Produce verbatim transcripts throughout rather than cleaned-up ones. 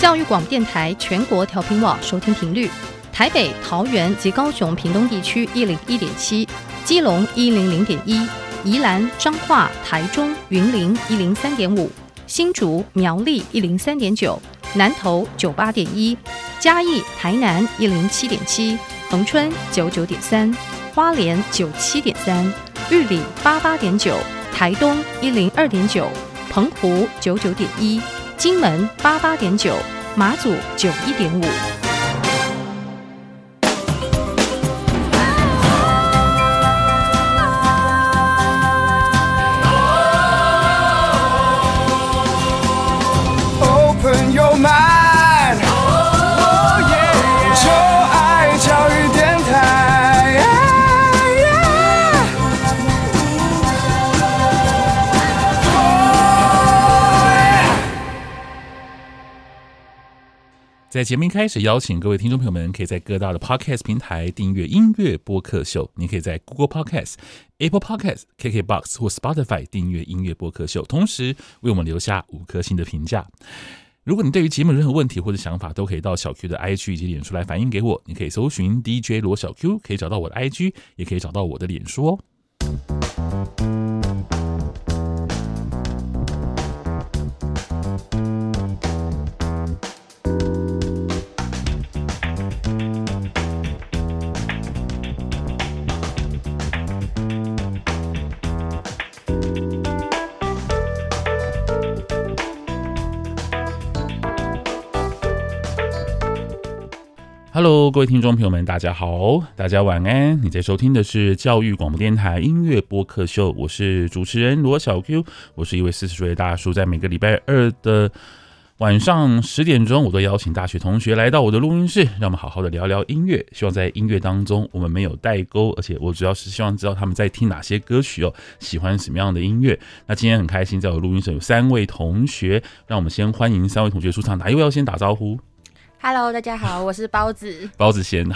教育广播电台全国调频网收听频率：台北、桃园及高雄屏东地区一零一点七，基隆一零零点一，宜兰、彰化、台中、云林一零三点五，新竹、苗栗一零三点九，南投九八点一，嘉义、台南一零七点七，恒春九九点三，花莲九七点三，玉里八八点九，台东一零二点九，澎湖九九点一，金门八八点九，马祖九一点五。 Open your mind, oh yeah， 就爱教育电台。 在节目一开始，邀请各位听众朋友们，可以在各大的 Podcast 平台订阅音乐播客秀。你可以在 Google Podcast、Apple Podcast、K K Box 或 Spotify 订阅音乐播客秀，同时为我们留下五颗星的评价。如果你对于节目有任何问题或者想法，都可以到小 Q 的 I G 以及脸书来反映给我。你可以搜寻 D J 罗小 Q， 可以找到我的 I G， 也可以找到我的脸书哦。Hello， 各位听众朋友们，大家好，大家晚安。你在收听的是教育广播电台音乐播客秀，我是主持人罗小 Q， 我是一位四十岁的大叔，在每个礼拜二的晚上十点钟，我都邀请大学同学来到我的录音室，让我们好好的聊聊音乐。希望在音乐当中，我们没有代沟，而且我主要是希望知道他们在听哪些歌曲哦，喜欢什么样的音乐。那今天很开心，在我录音室有三位同学，让我们先欢迎三位同学出场。哪一位要先打招呼 ？Hello， 大家好，我是包子。 包子先。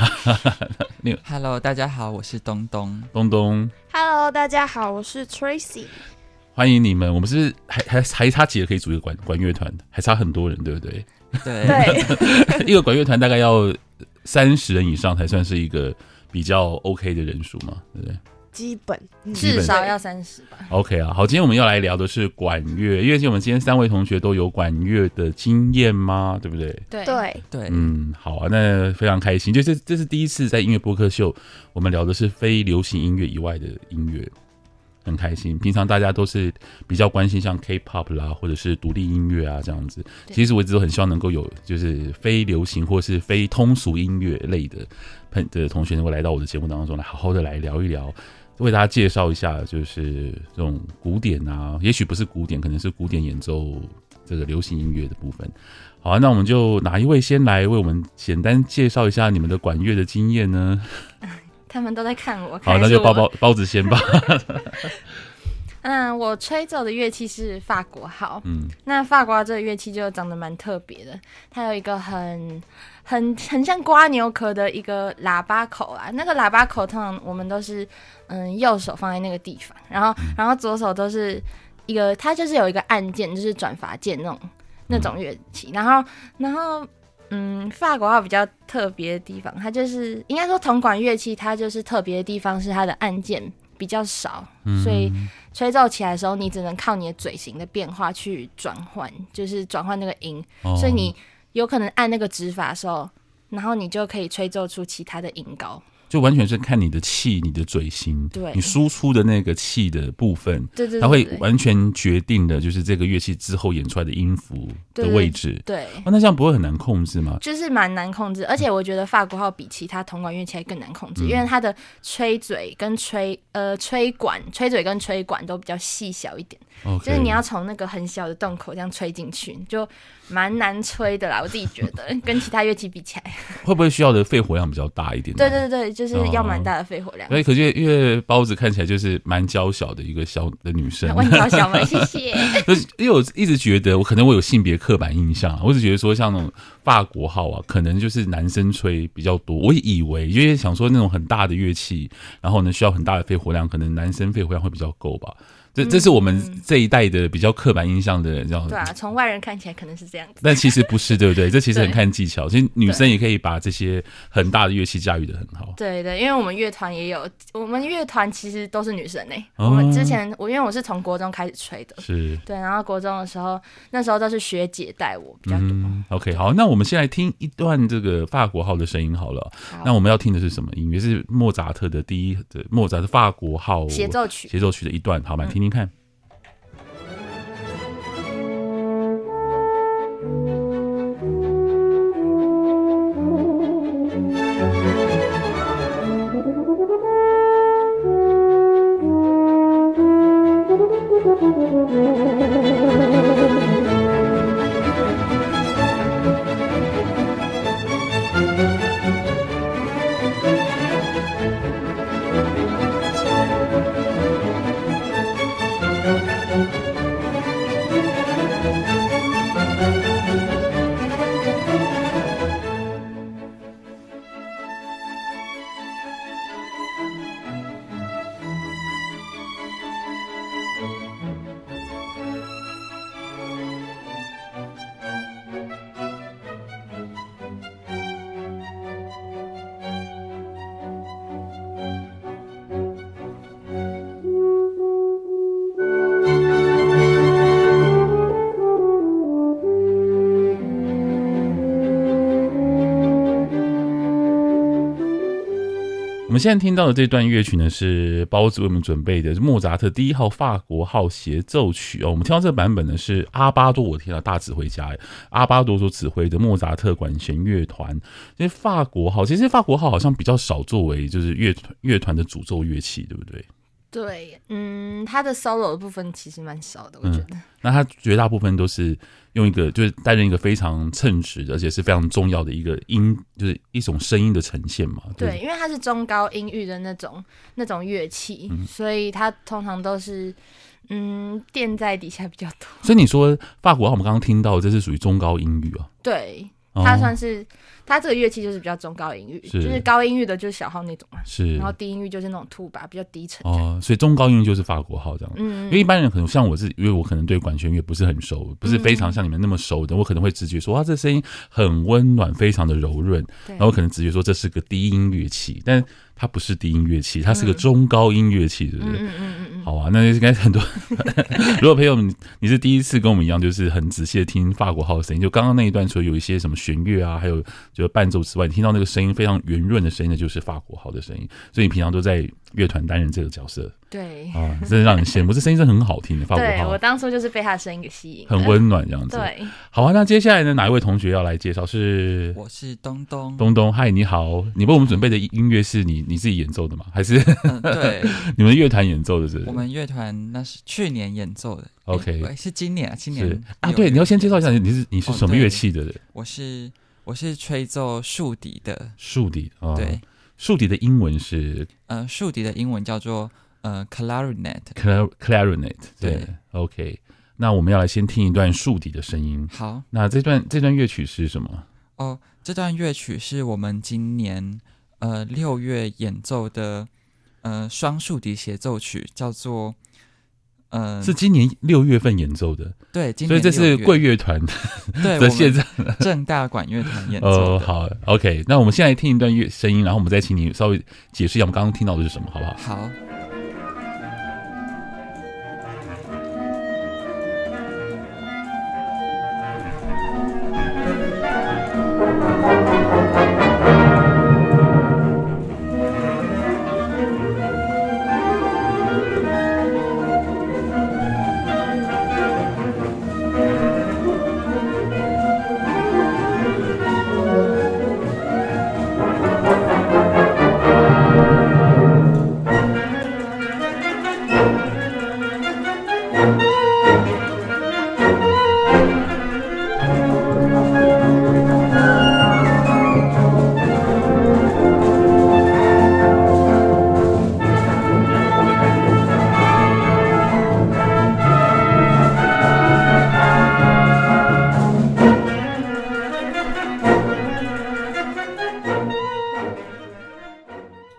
Hello， 大家好，我是东东。 东东。 Hello， 大家好，我是 Tracy。 欢迎你们，我们是不是还还还差几个可以组一个管管乐团？还差很多人，对不对？ 对。 一个管乐团大概要三十人以上才算是一个比较 OK 的人数嘛，对不对？ 基本至少要三十吧。 OK 啊，好，今天我们要来聊的是管乐，因为我们今天三位同学都有管乐的经验嘛，对不对？ 对对对， 嗯，好啊，那非常开心，就这这是第一次在音乐播客秀，我们聊的是非流行音乐以外的音乐，很开心。平常大家都是比较关心像 K-pop 啦，或者是独立音乐啊这样子。其实我一直都很希望能够有就是非流行或是非通俗音乐类的的同学能够来到我的节目当中来好好的来聊一聊。为大家介绍一下，就是这种古典啊，也许不是古典，可能是古典演奏这个流行音乐的部分。好啊，那我们就哪一位先来为我们简单介绍一下你们的管乐的经验呢？ 他们都在看我。 好，那就包包包子先吧。 嗯，我吹奏的乐器是法国号。嗯，那法国号这个乐器就长得蛮特别的，它有一个很很很像刮牛壳的一个喇叭口啊。那个喇叭口通常我们都是嗯右手放在那个地方，然后然后左手都是一个，它就是有一个按键，就是转阀键那种那种乐器。然后然后嗯，法国号比较特别的地方，它就是应该说铜管乐器，它就是特别的地方是它的按键比较少，所以吹奏起来的时候，你只能靠你的嘴型的变化去转换，就是转换那个音，哦，所以你有可能按那个指法的时候，然后你就可以吹奏出其他的音高。 就完全是看你的气，你的嘴型， 对， 你输出的那个气的部分， 对 对, 对, 对， 它会完全决定的，就是这个乐器之后演出来的音符的位置。 对, 对, 对、 哦，那这样不会很难控制吗？ 就是蛮难控制，而且我觉得法国号比其他铜管乐器还更难控制，嗯，因为它的吹嘴跟吹呃吹管、吹嘴跟吹管都比较细小一点。Okay. 就是你要从那个很小的洞口这样吹进去，就蛮难吹的啦。我自己觉得跟其他乐器比起来， 会不会需要的肺活量比较大一点？ 对对对，就是要蛮大的肺活量。 所以可是因为包子看起来就是蛮娇小的一个小的女生， 我很娇小吗？谢谢。 因为我一直觉得我可能我有性别刻板印象，啊，我只觉得说像那种法国号啊，可能就是男生吹比较多。我也以为，因为想说那种很大的乐器，然后呢需要很大的肺活量，可能男生肺活量会比较够吧。 这这是我们这一代的比较刻板印象的人，这样对啊，从外人看起来可能是这样子， 但其实不是，对不对？这其实很看技巧，其实女生也可以把这些很大的乐器驾驭得很好。 对对，因为我们乐团也有，我们乐团其实都是女生诶、欸。哦、我们之前我因为我是从国中开始吹的， 是对，然后国中的时候，那时候都是学姐带我比较多。 嗯、OK， 好，那我们先来听一段这个法国号的声音好了。好，那我们要听的是什么音乐？是莫扎特的第一的莫扎特法国号协奏曲， 协奏曲的一段，好吧，听听看。我们现在听到的这段乐曲呢，是包子为我们准备的是莫扎特第一号法国号协奏曲哦。我们听到这个版本呢是阿巴多，我听到大指挥家阿巴多所指挥的莫扎特管弦乐团。其实法国号，其实法国号好像比较少作为就是乐乐团的主奏乐器，对不对？ 对，嗯，他的 solo 的部分其实蛮少的，我觉得。嗯、 那他绝大部分都是用一个，就是担任一个非常称职的，而且是非常重要的一个音，就是一种声音的呈现嘛。对， 对，因为它是中高音域的那种那种乐器，嗯、所以它通常都是嗯垫在底下比较多。 所以你说法国号，我们刚刚听到这是属于中高音域啊？ 对。它算是，它这个乐器就是比较中高音域，是就是高音域的就是小号那种嘛， 是， 然后低音域就是那种兔吧，比较低沉。 哦，所以中高音域就是法国号这样。嗯，因为一般人可能像我是，因为我可能对管弦乐不是很熟，不是非常像你们那么熟的，嗯、我可能会直觉说，哇，这声音很温暖，非常的柔润，然后我可能直觉说这是个低音乐器，但它不是低音乐器，它是个中高音乐器，对不对？嗯嗯嗯嗯。好啊，那应该很多。如果朋友们你是第一次跟我们一样，就是很仔细的听法国号的声音，就刚刚那一段除了有一些什么弦乐啊，还有就是伴奏之外，你听到那个声音非常圆润的声音呢，就是法国号的声音。所以你平常都在乐团担任这个角色。 对啊，真的让人羡慕，这声音真的很好听的法国号。 对，我当初就是被他的声音给吸引， 很温暖这样子。 对， 好啊，那接下来呢，哪一位同学要来介绍？是我是东东。 东东，嗨，你好，你为我们准备的音乐是你你自己演奏的吗？还是、 嗯、对， 你们乐团演奏的是？ 我们乐团那是去年演奏的。 OK， 欸、是今年啊，今年啊，对，你要先介绍一下你是你是什么乐器的人？ 哦、我是我是吹奏竖笛的。 竖笛，哦、 对， 竖笛的英文是呃，竖笛的英文叫做呃 clarinet。clarinet， 对, 对 ，OK。那我们要来先听一段竖笛的声音。 好， 那这段这段乐曲是什么？ 哦，这段乐曲是我们今年呃六月演奏的呃双竖笛协奏曲，叫做。 嗯，是今年六月份演奏的， 对，今年所以这是贵乐团的现在正大管乐团演奏的。 哦，好 ，OK， 那我们先来听一段乐声音，然后我们再请你稍微解释一下我们刚刚听到的是什么，好不好？ 好。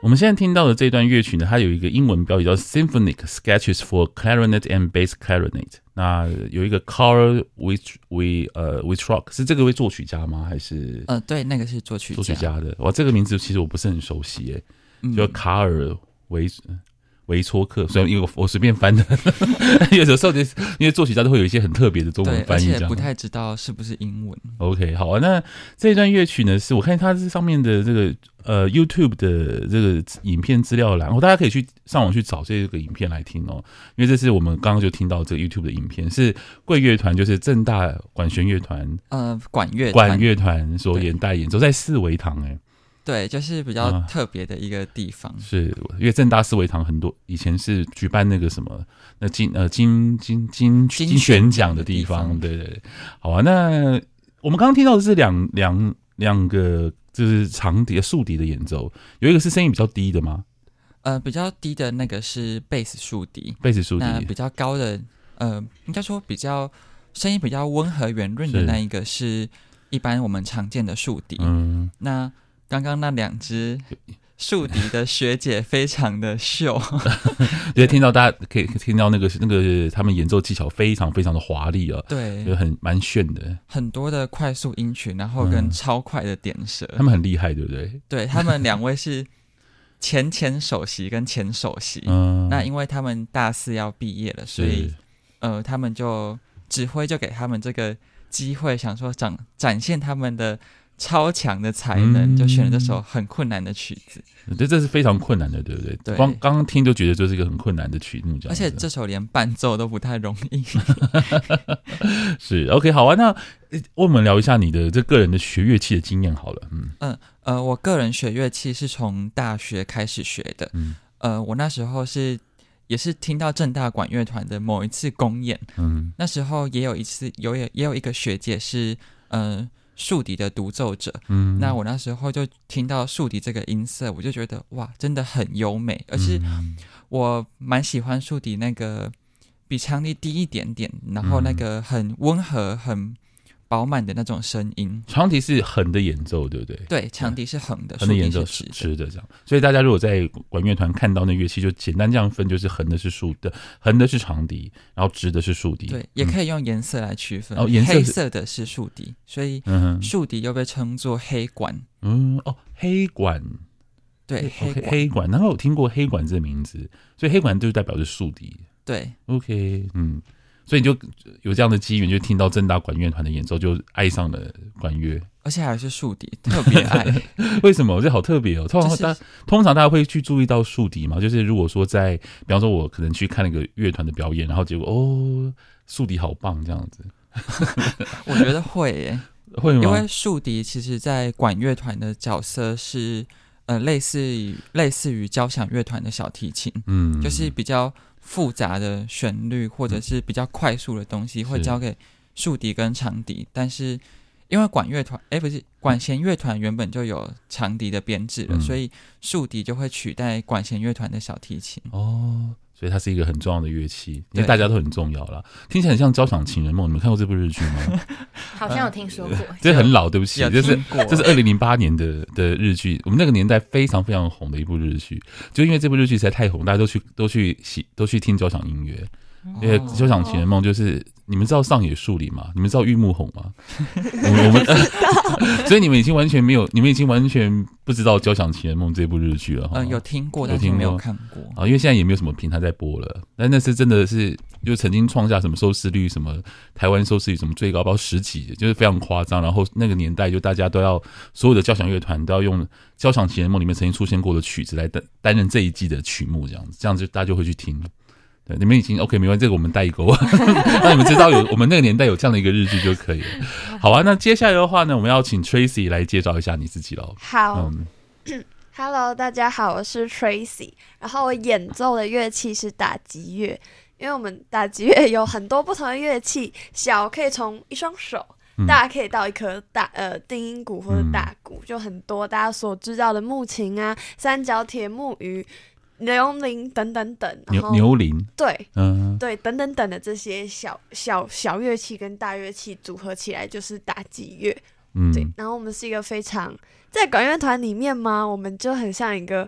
们现在听到的这段乐曲呢，它有一个英文标题叫 Symphonic Sketches for Clarinet and Bass Clarinet。那有一个 Carl Wittrock， 呃 Wittrock 是这个位作曲家吗？还是呃，对，那个是作曲家作曲家的。哇，这个名字其实我不是很熟悉耶，嗯、就卡尔维维戳克，虽然因为我我随便翻的，有时候因为作曲家都会有一些很特别的中文翻译， 对，而且不太知道是不是英文。 OK， 好啊，那这一段乐曲呢，是我看它是上面的这个呃 YouTube 的这个影片资料栏，然后大家可以去上网去找这个影片来听哦，因为这是我们刚刚就听到这个 YouTube 的影片，是贵乐团，就是正大管弦乐团， 呃，管乐管乐团所演带演奏在四维堂，哎。 对，就是比较特别的一个地方。 嗯、是因为正大四维堂很多以前是举办那个什么那金呃金金金金选奖的地方，对对对。好啊，那我们刚刚听到的是两两两个就是长笛、竖笛的演奏，有一个是声音比较低的吗？ 呃，比较低的那个是贝斯竖笛， 贝斯竖笛。 那比较高的呃，应该说比较声音比较温和圆润的那一个是一般我们常见的竖笛。嗯，那刚刚那两只竖笛的学姐非常的秀， 对，听到大家可以听到那个那个他们演奏技巧非常非常的华丽啊， 对， 就很蛮炫的， 很多的快速音群，然后跟超快的点舌， 嗯、他们很厉害，对不对？ 对，他们两位是前前首席跟前首席，嗯，那因为他们大四要毕业了，所以呃，他们就指挥就给他们这个机会，想说展展现他们的超强的才能，嗯、就选了这首很困难的曲子。 对，这是非常困难的，对不对？对，光刚刚听就觉得这是一个很困难的曲目， 而且这首连伴奏都不太容易。 是 OK， 好啊。那我们聊一下你的这个人的学乐器的经验好了。嗯嗯呃，我个人学乐器是从大学开始学的。嗯呃，我那时候是也是听到正大管乐团的某一次公演，嗯，那时候也有一次有也也有一个学姐是呃。竖笛的独奏者，嗯，那我那时候就听到竖笛这个音色，我就觉得哇，真的很优美，而是我蛮喜欢竖笛那个比长笛低一点点，然后那个很温和、很饱满的那种声音。 长笛是横的演奏，对不对？ 对，长笛是横的， 横的演奏是直的这样。所以大家如果在管乐团看到那乐器，就简单这样分，就是横的是竖的，横的是长笛，然后直的是竖笛。 对，也可以用颜色来区分。 哦，颜色黑色的是竖笛，所以竖笛又被称作黑管。 嗯，哦，黑管。 对，黑管。 黑管，然后我听过黑管这个名字，所以黑管就代表着竖笛。 对 ，OK， 嗯。所以你就有这样的机缘，就听到正大管乐团的演奏，就爱上了管乐， 而且还是竖笛，特别爱。 为什么？这好特别哦！通常大、就是、通常大家会去注意到竖笛嘛，就是如果说在，比方说我可能去看那个乐团的表演，然后结果哦，竖笛好棒这样子。 我觉得会耶， 会吗？ 因为竖笛其实在管乐团的角色是呃类似于类似于交响乐团的小提琴，嗯，就是比较复杂的旋律或者是比较快速的东西会交给竖笛跟长笛，但是因为管乐团哎不是管弦乐团原本就有长笛的编制了，嗯、所以竖笛就会取代管弦乐团的小提琴。 哦，所以它是一个很重要的乐器，因为大家都很重要啦。听起来很像《交响情人梦》，你们看过这部日剧吗？ 好像有听说过， 这很老，对不起，这是这是二零零八年的的日剧，我们那个年代非常非常红的一部日剧，就因为这部日剧实在太红，大家都去都去都去听交响音乐。因为《交响情人梦》就是你们知道上野树里吗？你们知道玉木宏吗？我们我们所以你们已经完全没有，你们已经完全不知道《交响情人梦》这部日剧了。 嗯、呃，有听过，但是没有看过啊，因为现在也没有什么平台在播了。但那是真的是就曾经创下什么收视率，什么台湾收视率什么最高，包括十几，就是非常夸张。然后那个年代就大家都要所有的交响乐团都要用《交响情人梦》里面曾经出现过的曲子来担担任这一季的曲目，这样子，这样子大家就会去听。对，你们已经 OK 没关系，这个我们代沟，让你们知道有我们那个年代有这样的一个日剧就可以了。好啊，那接下来的话呢，我们要请 Tracy 来介绍一下你自己喽。 好、嗯、，Hello， 大家好，我是 Tracy， 然后我演奏的乐器是打击乐，因为我们打击乐有很多不同的乐器，小可以从一双手。大家可以到一颗大呃定音鼓或者大鼓、嗯，就很多大家所知道的木琴啊、三角铁、木鱼、牛铃等等等， 牛牛铃对，嗯，对，等等等的这些小小小乐器跟大乐器组合起来就是打击乐，嗯，对。然后我们是一个非常在管乐团里面嘛，我们就很像一个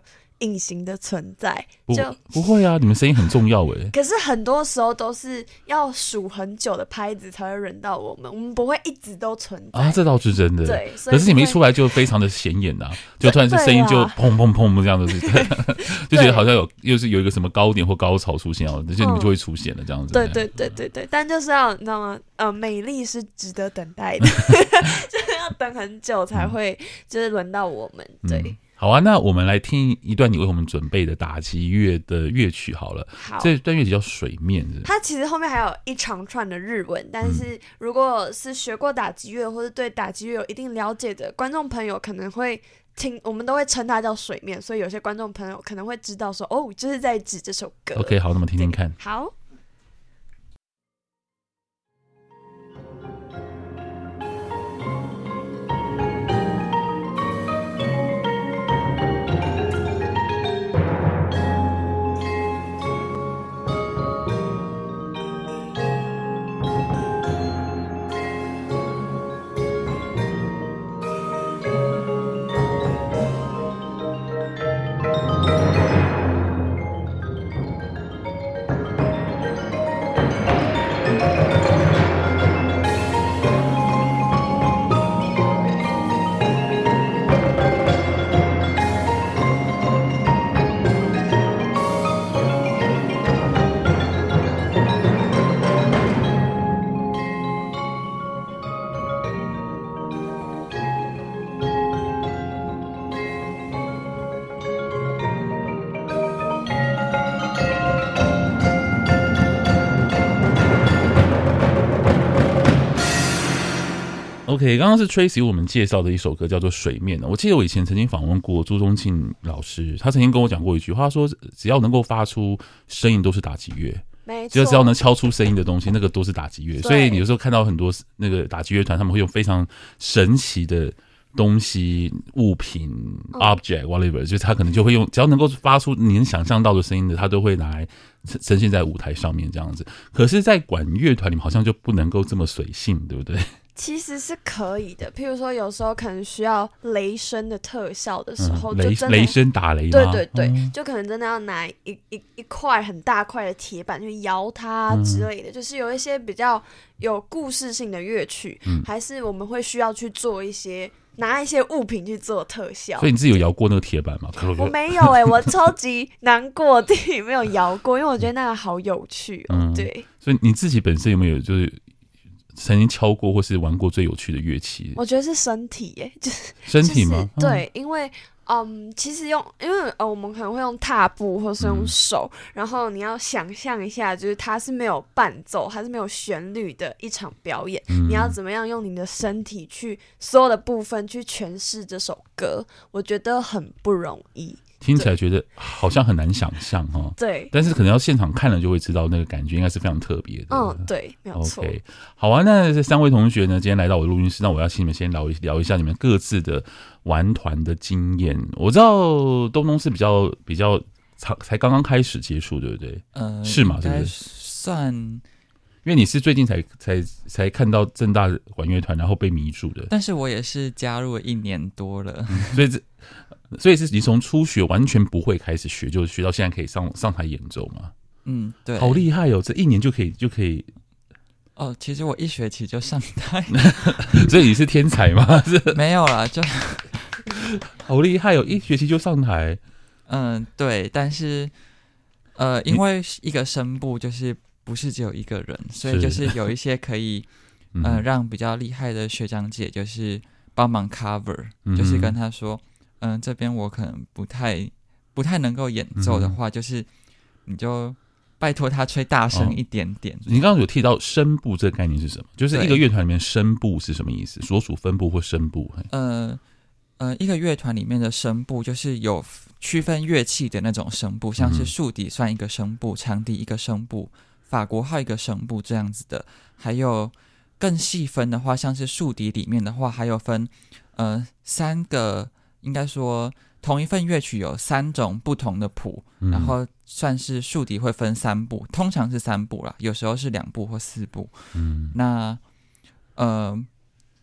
隐形的存在， 不就不会啊，你们声音很重要哎。 可是很多时候都是要数很久的拍子才会轮到我们，我们不会一直都存在啊，这倒是真的。 对，可是你们一出来就非常的显眼啊，就突然是声音就砰砰砰这样子，就觉得好像有又是有一个什么高点或高潮出现哦，就你们就会出现了这样子。 对对对对对，但就是要你知道吗？呃，美丽是值得等待的，就是要等很久才会，就是轮到我们。对。嗯， 好啊，那我们来听一段你为我们准备的打击乐的乐曲好了。 好， 这段乐曲叫《水面》是不是？ 它其实后面还有一长串的日文，但是如果是学过打击乐或是对打击乐有一定了解的观众朋友，可能会听，我们都会称它叫水面，所以有些观众朋友可能会知道说，哦，就是在指这首歌。 OK， 好，那么听听看。 好。 OK， 刚刚是 Tracy 为我们介绍的一首歌，叫做《水面》。我记得我以前曾经访问过朱宗庆老师，他曾经跟我讲过一句话，说只要能够发出声音都是打击乐， 没错， 就只要能敲出声音的东西，那个都是打击乐。所以你有时候看到很多那个打击乐团，他们会用非常神奇的东西、物品、嗯、object whatever， 就是他可能就会用，只要能够发出你能想象到的声音的，他都会拿来呈现在舞台上面这样子。可是，在管乐团里面好像就不能够这么随性，对不对？ 其实是可以的，譬如说有时候可能需要雷声的特效的时候， 嗯、 就真的雷声打雷吗？ 对对对， 嗯、 就可能真的要拿一一一块很大块的铁板去摇它之类的，嗯、就是有一些比较有故事性的乐曲，嗯、还是我们会需要去做一些。拿一些物品去做特效， 所以你自己有摇过那个铁板吗？ 我没有哎、欸，我超级难过自己没有摇过，因为我觉得那个好有趣哦、喔嗯。对， 所以你自己本身有没有就是曾经敲过或是玩过最有趣的乐器？ 我觉得是身体耶、欸，就是身体吗？ 就是、对，因为。嗯，其实用，因为呃，我们可能会用踏步或是用手，嗯、然后你要想象一下，就是它是没有伴奏，它是没有旋律的一场表演，嗯、你要怎么样用你的身体去所有的部分去诠释这首歌，我觉得很不容易。 听起来觉得好像很难想象哈， 对， 但是可能要现场看了就会知道那个感觉应该是非常特别的。 嗯，对，没有错。 OK， 好啊，那这三位同学呢，今天来到我的录音室，那我要请你们先聊一聊一下你们各自的玩团的经验。我知道东东是比较比较才刚刚开始接触，对不对？ 呃， 是吗？是不是？ 算， 因为你是最近才才才看到政大管乐团，然后被迷住的。 但是我也是加入了一年多了， 嗯、所以这。所以是你从初学完全不会开始学，就学到现在可以上上台演奏吗？ 嗯，对， 好厉害哦！这一年就可以就可以。 哦，其实我一学期就上台， 所以你是天才吗？是没有啦，就好厉害哦！一学期就上台。 嗯，对，但是呃，因为一个声部就是不是只有一个人，所以就是有一些可以呃让比较厉害的学长姐就是帮忙 cover，、嗯、就是跟他说。嗯，这边我可能不太不太能够演奏的话，嗯、就是你就拜托他吹大声一点点。哦、 你刚刚有提到声部这个概念是什么？就是一个乐团里面声部是什么意思？所属分部或声部？ 呃呃，一个乐团里面的声部就是有区分乐器的那种声部，像是竖笛算一个声部，长笛一个声部，法国号一个声部这样子的。还有更细分的话，像是竖笛里面的话，还有分呃三个。应该说，同一份乐曲有三种不同的谱，嗯、然后算是竖笛会分三部，通常是三部啦，有时候是两部或四部。嗯，那呃，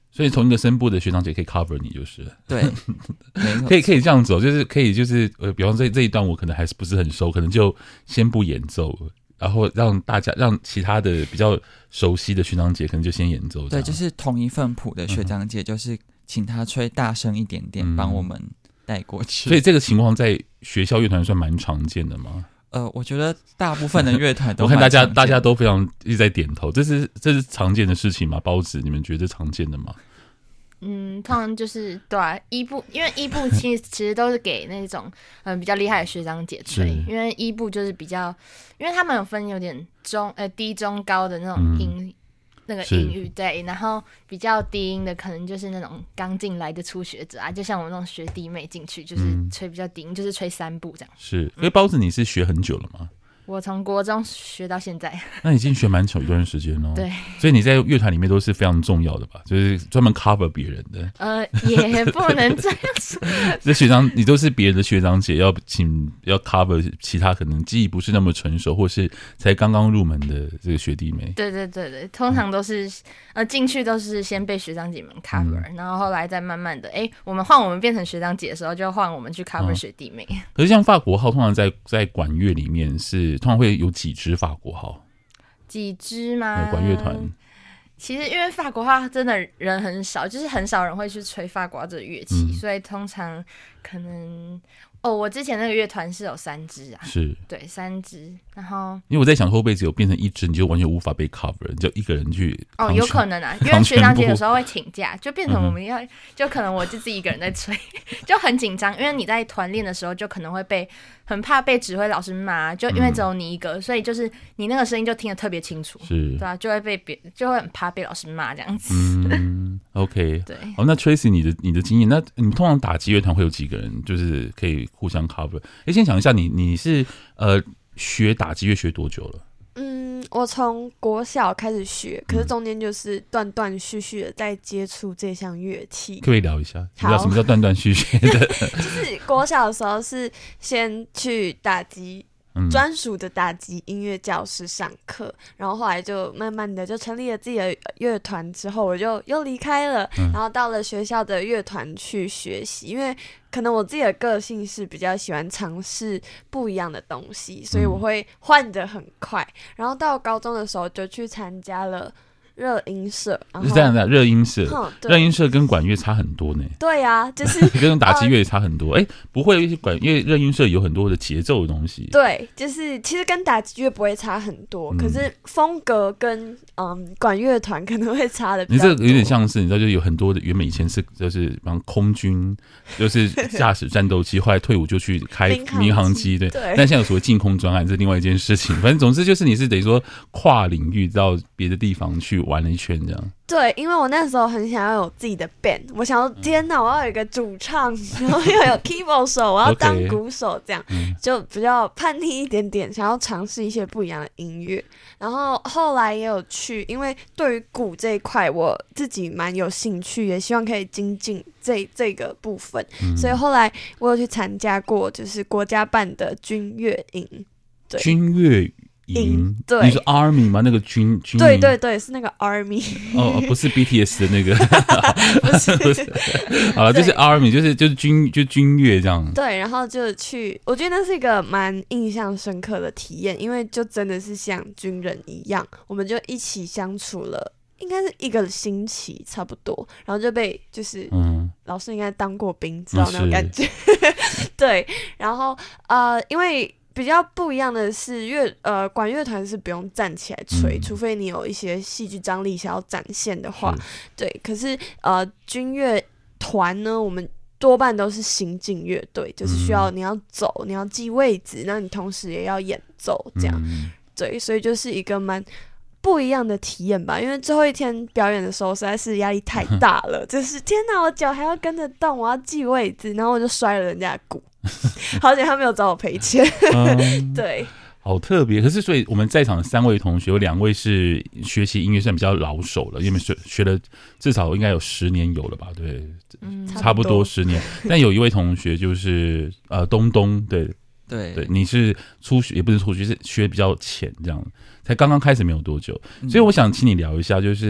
所以同一个声部的学长姐可以 cover 你就是了。 对， 可以可以这样走，就是可以就是呃，比方说这这一段我可能还是不是很熟，可能就先不演奏，然后让大家让其他的比较熟悉的学长姐可能就先演奏。 对，就是同一份谱的学长姐，就是请他吹大声一点点，帮、嗯、我们带过去。 所以这个情况在学校乐团算蛮常见的吗？ 呃，我觉得大部分的乐团都我看大家大家都非常一直在点头，这是这是常见的事情吗？包子，你们觉得常见的吗？ 嗯，通常就是对啊，一部因为一部其实其实都是给那种嗯比较厉害的学长姐吹，因为一部就是比较，因为他们有分有点中呃低中高的那种音、嗯、那个音域对，然后比较低音的可能就是那种刚进来的初学者啊，就像我那种学弟妹进去就是吹比较低音、嗯，就是吹三部这样。 是，因为包子你是学很久了吗？ 我从国中学到现在， 那已经学蛮久一段时间了。 对， 所以你在乐团里面都是非常重要的吧？就是专门 cover 别人的。 呃，也不能这样说。 这学长，你都是别人的学长姐，要请要 cover 其他可能技艺不是那么成熟，或是才刚刚入门的这个学弟妹。 对对对对，通常都是、嗯、呃进去都是先被学长姐们 cover，、嗯、然后后来再慢慢的，哎，我们换我们变成学长姐的时候，就换我们去 cover、嗯、学弟妹。 可是像法国号，通常在在管乐里面是。通常会有几支法国号？ 几支吗？ 管乐团其实因为法国号真的人很少，就是很少人会去吹法国这个乐器、嗯，所以通常可能哦，我之前那个乐团是有三支啊， 是对三支，然后因为我在想会不会只有变成一支，你就完全无法被 cover， 你就一个人去哦，有可能啊，因为学长姐有时候会请假，就变成我们要、嗯、就可能我就自己一个人在吹，就很紧张，因为你在团练的时候就可能会被很怕被指挥老师骂，就因为只有你一个、嗯，所以就是你那个声音就听得特别清楚， 是， 对啊，就会被别就会很怕被老师骂这样子。 嗯，OK， 对。 好，那 Tracy 你的你的经验，那你们通常打击乐团会有几个人，就是可以互相 cover？ 哎，先讲一下你你是呃学打击乐学多久了？ 嗯，我从国小开始学，可是中间就是断断续续的在接触这项乐器。可不可以聊一下？你知道什么叫断断续续的？ 就是国小的时候是先去打击。专属的打击音乐教室上课，然后后来就慢慢的就成立了自己的乐团，之后我就又离开了、嗯、然后到了学校的乐团去学习，因为可能我自己的个性是比较喜欢尝试不一样的东西，所以我会换得很快、嗯、然后到高中的时候就去参加了热音社，然后是这样的，热音社，热音社跟管乐差很多呢。 对啊，就是跟打击乐也差很多。哎、呃，不会，管因为热音社有很多的节奏的东西。 对，就是其实跟打击乐不会差很多，嗯、可是风格跟嗯管乐团可能会差的比较多。 你这个有点像是你知道，就有很多的原本以前是就是比方空军，就是驾驶战斗机，后来退伍就去开民航机，对。对。但现在有所谓净空专案，这是另外一件事情。反正总之就是你是等于说跨领域到别的地方去玩了一圈这样。 对，因为我那时候很想要有自己的 band， 我想说天哪，我要有一个主唱，然后又有 keyboard 手，我要当鼓手，这样、okay. 就比较叛逆一点点，想要尝试一些不一样的音乐。然后后来也有去，因为对于鼓这一块我自己蛮有兴趣，也希望可以精进这这个部分、嗯，所以后来我有去参加过，就是国家办的军乐营。对， 军乐营， 对， 你说 Army 吗？那个军军， 对对对，是那个 Army。 哦，不是 B T S 的那个，不是不是。好了，就是 Army， 就是就是军就军乐这样。 对，然后就去，我觉得那是一个蛮印象深刻的体验，因为就真的是像军人一样，我们就一起相处了。应该是一个星期差不多，然后就被就是、嗯、老师应该当过兵，知道那种感觉。对，然后呃，因为比较不一样的是乐呃管乐团是不用站起来吹、嗯，除非你有一些戏剧张力想要展现的话，对。可是呃军乐团呢，我们多半都是行进乐队，就是需要你要走，你要记位置，那你同时也要演奏，这样、嗯、对，所以就是一个蛮不一样的体验吧，因为最后一天表演的时候实在是压力太大了，就是天哪，我脚还要跟着动，我要记位置，然后我就摔了人家的鼓，好险他没有找我赔钱。嗯、对， 好特别。可是所以我们在场的三位同学，有两位是学习音乐算比较老手了，因为学学了至少应该有十年有了吧？对，嗯、差不多十年。但有一位同学就是呃东东，对。 对对，你是初学也不是初学，是学比较浅这样，才刚刚开始没有多久，嗯、所以我想请你聊一下，就是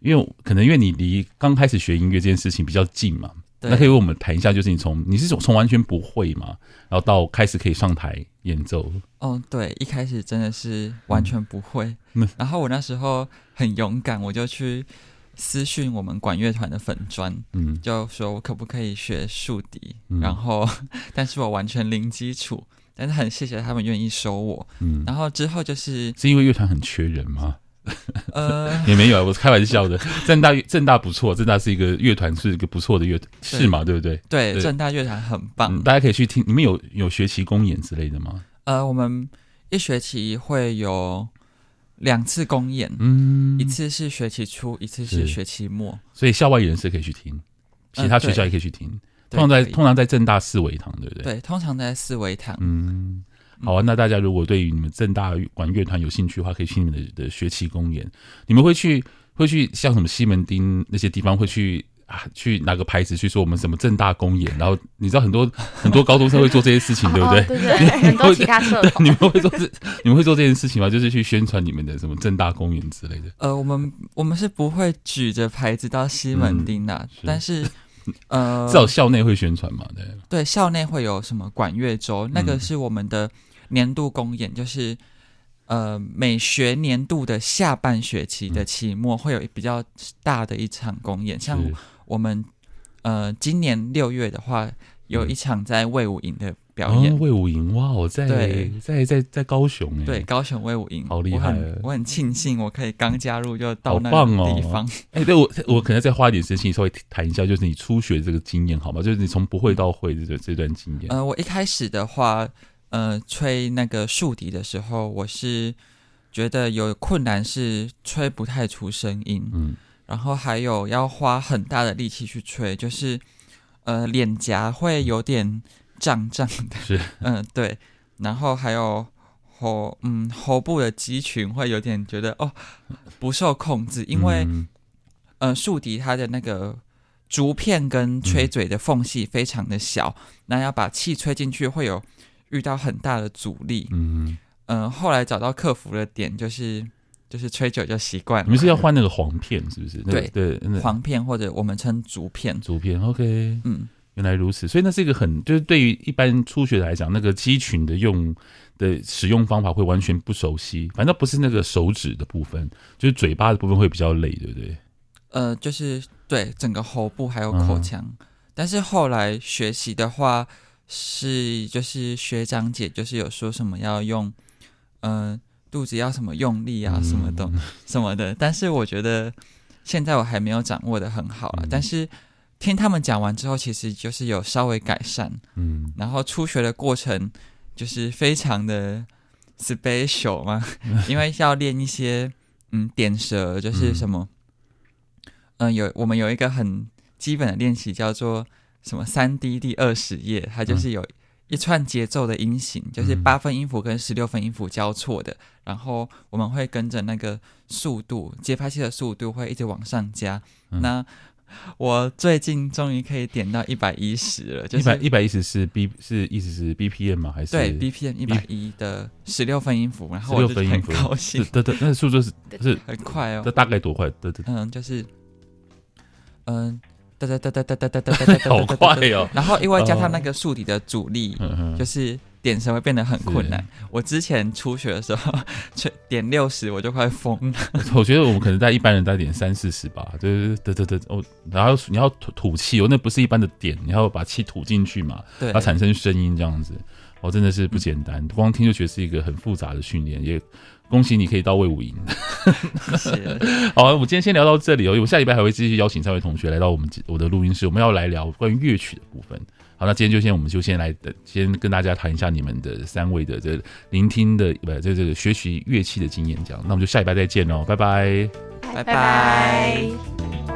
因为可能因为你离刚开始学音乐这件事情比较近嘛，那可以为我们谈一下，就是你从你是从完全不会嘛，然后到开始可以上台演奏。 哦，对，一开始真的是完全不会，嗯、然后我那时候很勇敢，我就去私讯我们管乐团的粉专，嗯，就说我可不可以学竖笛，嗯、然后但是我完全零基础，但是很谢谢他们愿意收我，嗯，然后之后就是是因为乐团很缺人吗？呃，也没有啊，我是开玩笑的。政大政大不错，政大是一个乐团，是一个不错的乐团，是嘛？对不对？ 对，政大乐团很棒、嗯， 大家可以去听。你们有有学期公演之类的吗？ 呃，我们一学期会有两次公演，嗯，一次是学期初，一次是学期末， 所以校外人士可以去听，其他学校也可以去听。呃、通常在通常在政大四维堂，对不对？ 对，通常在四维堂， 嗯。好啊，那大家如果对于你们政大管乐团有兴趣的话，可以去你们 的, 的学期公演。你们会去会去像什么西门町那些地方会去啊？去拿个牌子去说我们什么政大公演？然后你知道很多很多高中生会做这些事情，对不对？ 哦、对对，很多其他社团， 你们会做这你们会做这件事情吗？就是去宣传你们的什么政大公演之类的。 呃，我们我们是不会举着牌子到西门町的、嗯，但是。呃， 至少校内会宣传嘛？对， 对，校内会有什么管乐周、嗯？那个是我们的年度公演，就是呃每学年度的下半学期的期末会有比较大的一场公演。像我们呃今年六月的话，有一场在卫武营的表演。 哦、卫武营哇，我在在在在高雄哎， 对，高雄卫武营， 好厉害！ 我很我很庆幸我可以刚加入就到那个地方。 哎、哦，对我我可能再花一点时间稍微谈一下，就是你初学这个经验好吗？就是你从不会到会这这段经验。 呃，我一开始的话，呃，吹那个竖笛的时候，我是觉得有困难，是吹不太出声音，嗯，然后还有要花很大的力气去吹，就是呃脸颊会有点胀胀的， 是， 嗯、呃，对，然后还有喉嗯喉部的肌群会有点觉得哦不受控制，因为、嗯、呃竖笛它的那个竹片跟吹嘴的缝隙非常的小，那、嗯、要把气吹进去会有遇到很大的阻力，嗯嗯、呃，后来找到克服的点就是就是吹久就习惯了。 你们是要换那个黄片是不是？ 对对， 黄片或者我们称竹片。 竹片 ，OK， 嗯。原来如此，所以那是一个很就是对于一般初学的来讲，那个肌群的用的使用方法会完全不熟悉。反正不是那个手指的部分，就是嘴巴的部分会比较累，对不对？ 呃，就是对整个喉部还有口腔、嗯。但是后来学习的话，是就是学长姐就是有说什么要用，呃，肚子要什么用力啊，什么的、嗯、什么的。但是我觉得现在我还没有掌握的很好了，嗯、但是。听他们讲完之后，其实就是有稍微改善，嗯，然后初学的过程就是非常的 special 嘛，因为要练一些嗯点舌，就是什么，嗯、呃，有我们有一个很基本的练习叫做什么三 D 第二十页，它就是有一串节奏的音型，就是八分音符跟十六分音符交错的，然后我们会跟着那个速度，节拍器的速度会一直往上加，嗯、那。我最近终于可以点到一百一十了，就是一百一十是 B 是意思是 B P M 吗？还是对 B P M 一百一的十六分音符，然后我就很高兴。 对对，那个速度是是很快哦。 这大概多快？对对， 嗯，就是嗯，哒哒哒哒哒哒哒哒哒， 好快哦。 然后因为加上那个竖笛的阻力，就是点舌会变得很困难。我之前初学的时候，点六十我就快疯了。 我觉得我们可能在一般人在点三四十吧，对对对对哦，然后你要吐吐气哦，那不是一般的点，你要把气吐进去嘛，对，要产生声音这样子，哦，真的是不简单，嗯、光听就觉得是一个很复杂的训练，也恭喜你可以到卫武营。 谢谢。 好，我们今天先聊到这里哦，我下礼拜还会继续邀请三位同学来到我们我的录音室，我们要来聊关于乐曲的部分。好，那今天就先我们就先来先跟大家谈一下你们的三位的这聆听的不这这个学习乐器的经验，这样。那我们就下礼拜再见喽，拜拜， 拜拜。